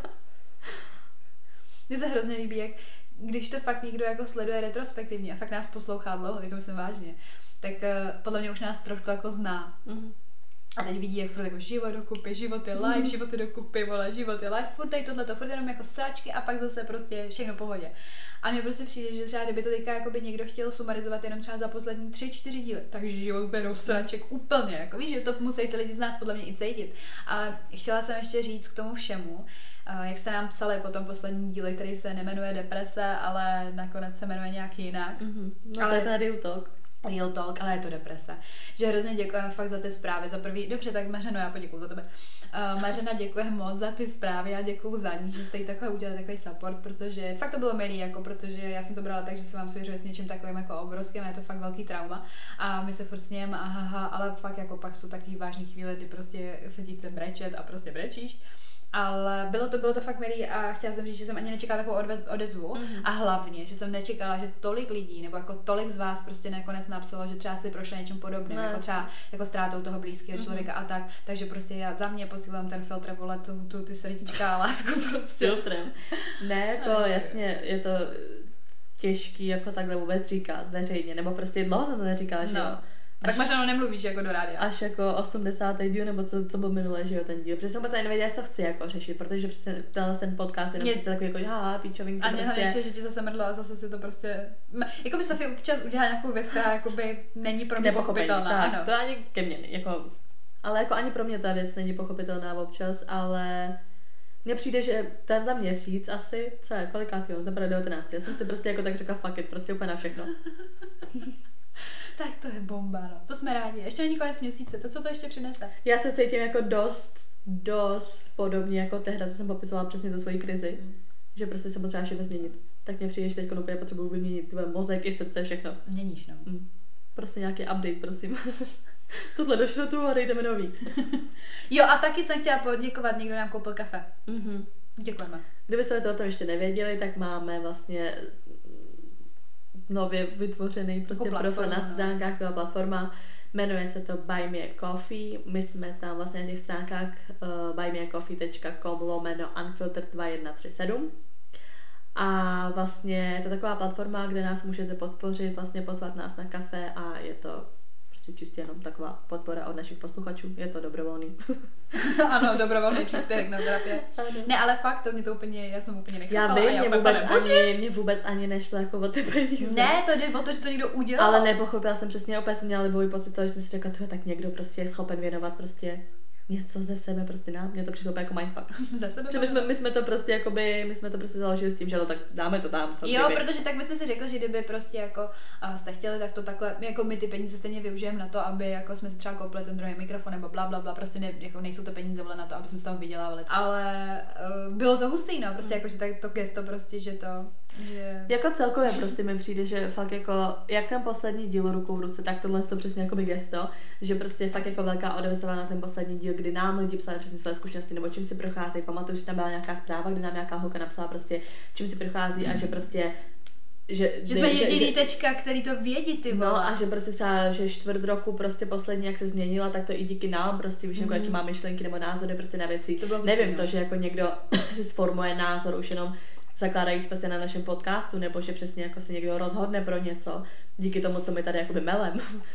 Mně se hrozně líbí, jak když to fakt někdo jako sleduje retrospektivně a fakt nás poslouchá dlouho, teď to myslím vážně, tak uh, podle mě už nás trošku jako zná. Mm-hmm. A teď vidí, jak furt jako život dokupy, život je live, život je dokupy, vole, život je live, furt tady tohleto, furt jenom jako sračky a pak zase prostě všechno v pohodě. A mně prostě přijde, že třeba kdyby to teďka jako by někdo chtěl sumarizovat jenom třeba za poslední tři, čtyři díly, takže život bude do sraček úplně, jako víš, že to musí ty lidi z nás podle mě i cítit. A chtěla jsem ještě říct k tomu všemu, Uh, jak jste nám psali po tom posledním díle, který se nemenuje Deprese, ale nakonec se jmenuje nějak jinak. Mm-hmm. No ale to je ten Real Talk. Real Talk, ale je to Deprese. Že hrozně děkujeme fakt za ty zprávy. Za prvý, dobře, tak Mařeno, já poděkuju za tebe. Uh, Mařena, děkuji moc za ty zprávy, já děkuju za ní, že jste jí takhle udělali takový support, protože fakt to bylo milý, jako, protože já jsem to brala tak, že se vám svěřuje s něčím takovým jako obrovským, a je to fakt velký trauma. A my se furt s ním, aha, ale fakt jako pak jsou takový vážný chvíle, kdy prostě se ti chce brečet a prostě brečíš. Ale bylo to, bylo to fakt milý a chtěla jsem říct, že jsem ani nečekala takovou odvez, odezvu mm-hmm. a hlavně, že jsem nečekala, že tolik lidí nebo jako tolik z vás prostě nakonec napsalo, že třeba si prošla něčem podobným, no, jako třeba jako ztrátou toho blízkého mm-hmm. člověka a tak, takže prostě já za mě posílám ten filtr, vole, tu, tu ty srdíčka a lásku prostě. Filtrem. Ne, jako jasně, je to těžký jako takhle vůbec říkat veřejně, nebo prostě dlouho jsem to neříkala, že no. jo. Tak Mařeno nemluvíš jako do rádia. Až jako osmdesátý díl, nebo co, co byl minulé, že jo, ten díl. Protože jsem vůbec ani nevěděla, jestli to chci jako řešit, protože přece ten, ten podcast je přece takový jako, ha, píčovinky a prostě. A mě že ti zase mrdlo a zase si to prostě... Jako by Sofie občas udělala nějakou věc, která jakoby není pro mě pochopitelná. Tak, to ani ke mně, jako... Ale jako ani pro mě ta věc není pochopitelná občas, ale... Mně přijde, že tenhle měsíc asi, co je, kolikátý, to bude devatenáctý Já jsem si prostě jako tak řekla fuck it, prostě úplně na všechno. Tak to je bomba, no. To jsme rádi. Ještě není konec měsíce, to co to ještě přinese? Já se cítím jako dost, dost podobně jako tehdy, co jsem popisovala přesně tu svoji krizi, mm. že prostě se potřeba všechno změnit. Tak mě přijde, že teď úplně potřebuji vyměnit tvé mozek i srdce, všechno. Měníš, no. Mm. Prostě nějaký update, prosím. Tohle do šrotu a dejte mi nový. Jo, a taky jsem chtěla poděkovat, někdo nám koupil kafe. Mm-hmm. Děkujeme. Kdybyste to o tom ještě nevěděli, tak máme vlastně nově vytvořený prostě profil na stránkách, taková platforma, jmenuje se to Buy Me a Coffee, my jsme tam vlastně na těch stránkách uh, buy me a coffee tečka com lomeno unfiltered dva jedna tři sedm a vlastně je to taková platforma, kde nás můžete podpořit, vlastně pozvat nás na kafe a je to prostě čistě jenom taková podpora od našich posluchačů, je to dobrovolný. Ano, dobrovolný příspěvek na terapie. Ne, ale fakt, to mě to úplně, já jsem úplně nechápala. Já vím, mě vůbec, ani, mě vůbec ani nešlo jako o ty peníze. Ne, to jde o to, že to někdo udělal. Ale nepochopila jsem přesně, opět jsem měla libový pocit toho, že jsem si řekla, tyhle, tak někdo prostě je schopen věnovat prostě něco ze sebe prostě nám. Mně to přišlo jako mindfuck. Ze sebe? My jsme, my jsme to prostě jakoby, my jsme to prostě založili s tím, že no tak dáme to tam. Co jo, kdyby. Protože tak bychom si řekli, že kdyby prostě jako uh, jste chtěli, tak to takhle, jako my ty peníze stejně využijeme na to, aby jako jsme si třeba koupili ten druhý mikrofon nebo bla bla bla, prostě ne, jako nejsou to peníze vole na to, aby jsme z toho vydělávali. Ale uh, bylo to hustý, no, prostě mm. jako, že tak to gesto prostě, že to, že... Jako celkově prostě mi přijde, že fakt jako, jak ten poslední díl ruku v ruce, tak tohle je to přesně jako by gesto, že prostě fakt jako velká odezva na ten poslední díl, kdy nám lidi psali přesně své zkušenosti nebo čím si procházejí. Pamatuju, že tam byla nějaká zpráva, kde nám nějaká holka napsala prostě, čím si prochází a že prostě Že, že jsme jediný že, teďka, který to vědí, ty vole. No a že prostě třeba, že čtvrt roku prostě poslední, jak se změnila, tak to i díky nám prostě, víš, mm. jako jaký má myšlenky nebo názory prostě na věci. To nevím, to, že jako někdo si sformuje názor už jenom zakládajíc prostě na našem podcastu, nebo že přesně jako se někdo rozhodne pro něco, díky tomu, co my tady jakoby melem,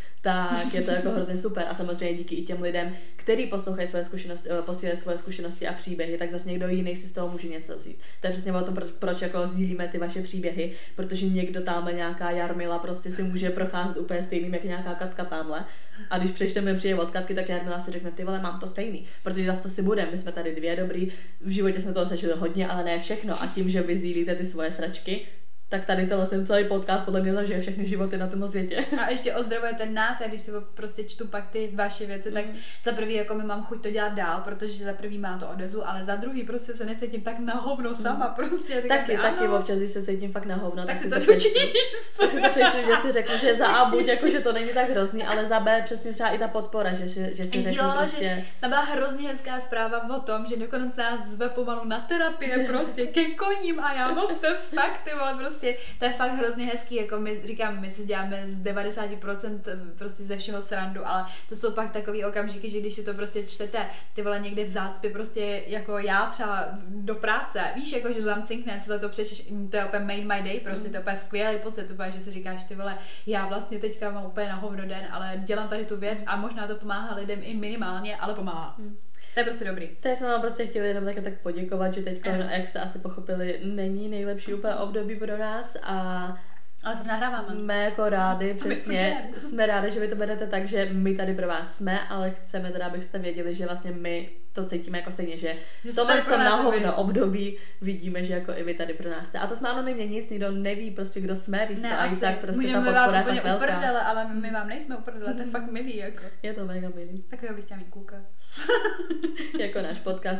tak je to jako hrozně super. A samozřejmě díky i těm lidem, který poslouchají své zkušenosti, posílají svoje zkušenosti a příběhy, tak zase někdo jiný si z toho může něco vzít. To je přesně o tom, proč, proč jako sdílíme ty vaše příběhy, protože někdo tamhle, nějaká Jarmila prostě si může procházet úplně stejným, jak nějaká Katka tamhle. A když přečteme přijde od Katky, tak Jarmila si řekne, ty vole, mám to stejný. Protože zase to si budeme, my jsme tady dvě dobrý, v životě jsme toho řešili hodně, ale ne všechno. A tím, že vy sdílíte ty svoje sračky, tak tady tenhle ten celý podcast podle mě zažije všechny životy na tomhle světě. A ještě ozdravujete nás, a když si prostě čtu pak ty vaše věci, mm. tak za prvý jako my mám chuť to dělat dál, protože za prvý má to odezvu, ale za druhý prostě se necítím tak na hovno sama, mm. prostě říkám taky, si, taky ano, občas, když se cítím fakt na hovno, tak, tak si to dočíst. Tak si to přečtu, že si řeknu, že za A buď jako, že to není tak hrozný, ale za B přesně třeba i ta podpora, že, že si řeknu jo, prostě. Že tam byla hrozně hezká zpráva o tom, že dokonce nás zve pomalu na terapie prostě ke koním a já what the fuck, ty vole, prostě to je fakt hrozně hezký, jako my říkám, my si děláme z devadesát procent prostě ze všeho srandu, ale to jsou pak takový okamžiky, že když si to prostě čtete, ty vole někde v zácpě prostě jako já třeba do práce, víš, jako že to tam cinkne, celé to přečeš, to je úplně made my day, prostě to je úplně skvělý pocit, to je, že si říkáš, ty vole, já vlastně teďka mám úplně na hovno den, ale dělám tady tu věc a možná to pomáhá lidem i minimálně, ale pomáhá. Hmm. To je prostě dobrý. Teď jsme vám prostě chtěli jenom tak, tak poděkovat, že teď, no, jak jste asi pochopili, není nejlepší úplně období pro nás a ale nahráváme. Jsme jako rádi, přesně, jsme rádi, že vy to berete tak, že my tady pro vás jsme, ale chceme teda, abyste věděli, že vlastně my to cítíme jako stejně, že v tomhle tom na hovno období vidíme, že jako i vy tady pro nás jste. A to jsme anonymně nic, nikdo neví prostě, kdo jsme, víš co, a i tak prostě ta podpora je tak velká. Uprdele, ale my vám nejsme uprdele, to je fakt milý, jako. Je to mega milý. Takového bych chtěla mít kluka. Jako náš podcast.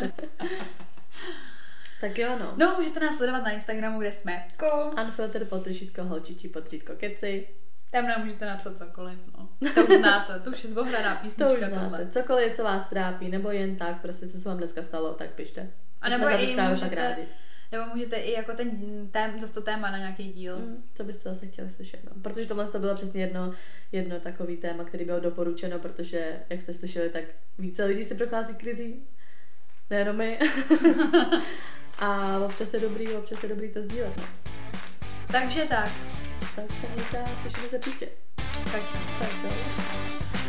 Tak jo, no. No, můžete nás sledovat na Instagramu, kde jsme jako Unfiltered potržítko holčičí potržítko keci. Tam nám můžete napsat cokoliv, no. To už znáte, to už je zvohraná písnička. To už znáte, tohle. Cokoliv, co vás trápí, nebo jen tak, prostě co se vám dneska stalo, tak pište. A nebo i můžete, nebo můžete i jako ten tém, zase to téma na nějaký díl. Mm, co byste zase chtěli slyšet, no. Protože tohle to bylo přesně jedno, jedno takový téma, který bylo doporučeno, protože, jak jste slyšeli, tak více lidí si prochází krizí, nejenom my. A občas je dobrý, občas je dobrý to sdílet. No. Takže tak. Tak se mějte a slyšíme se příště. Tak čau. Tak čau.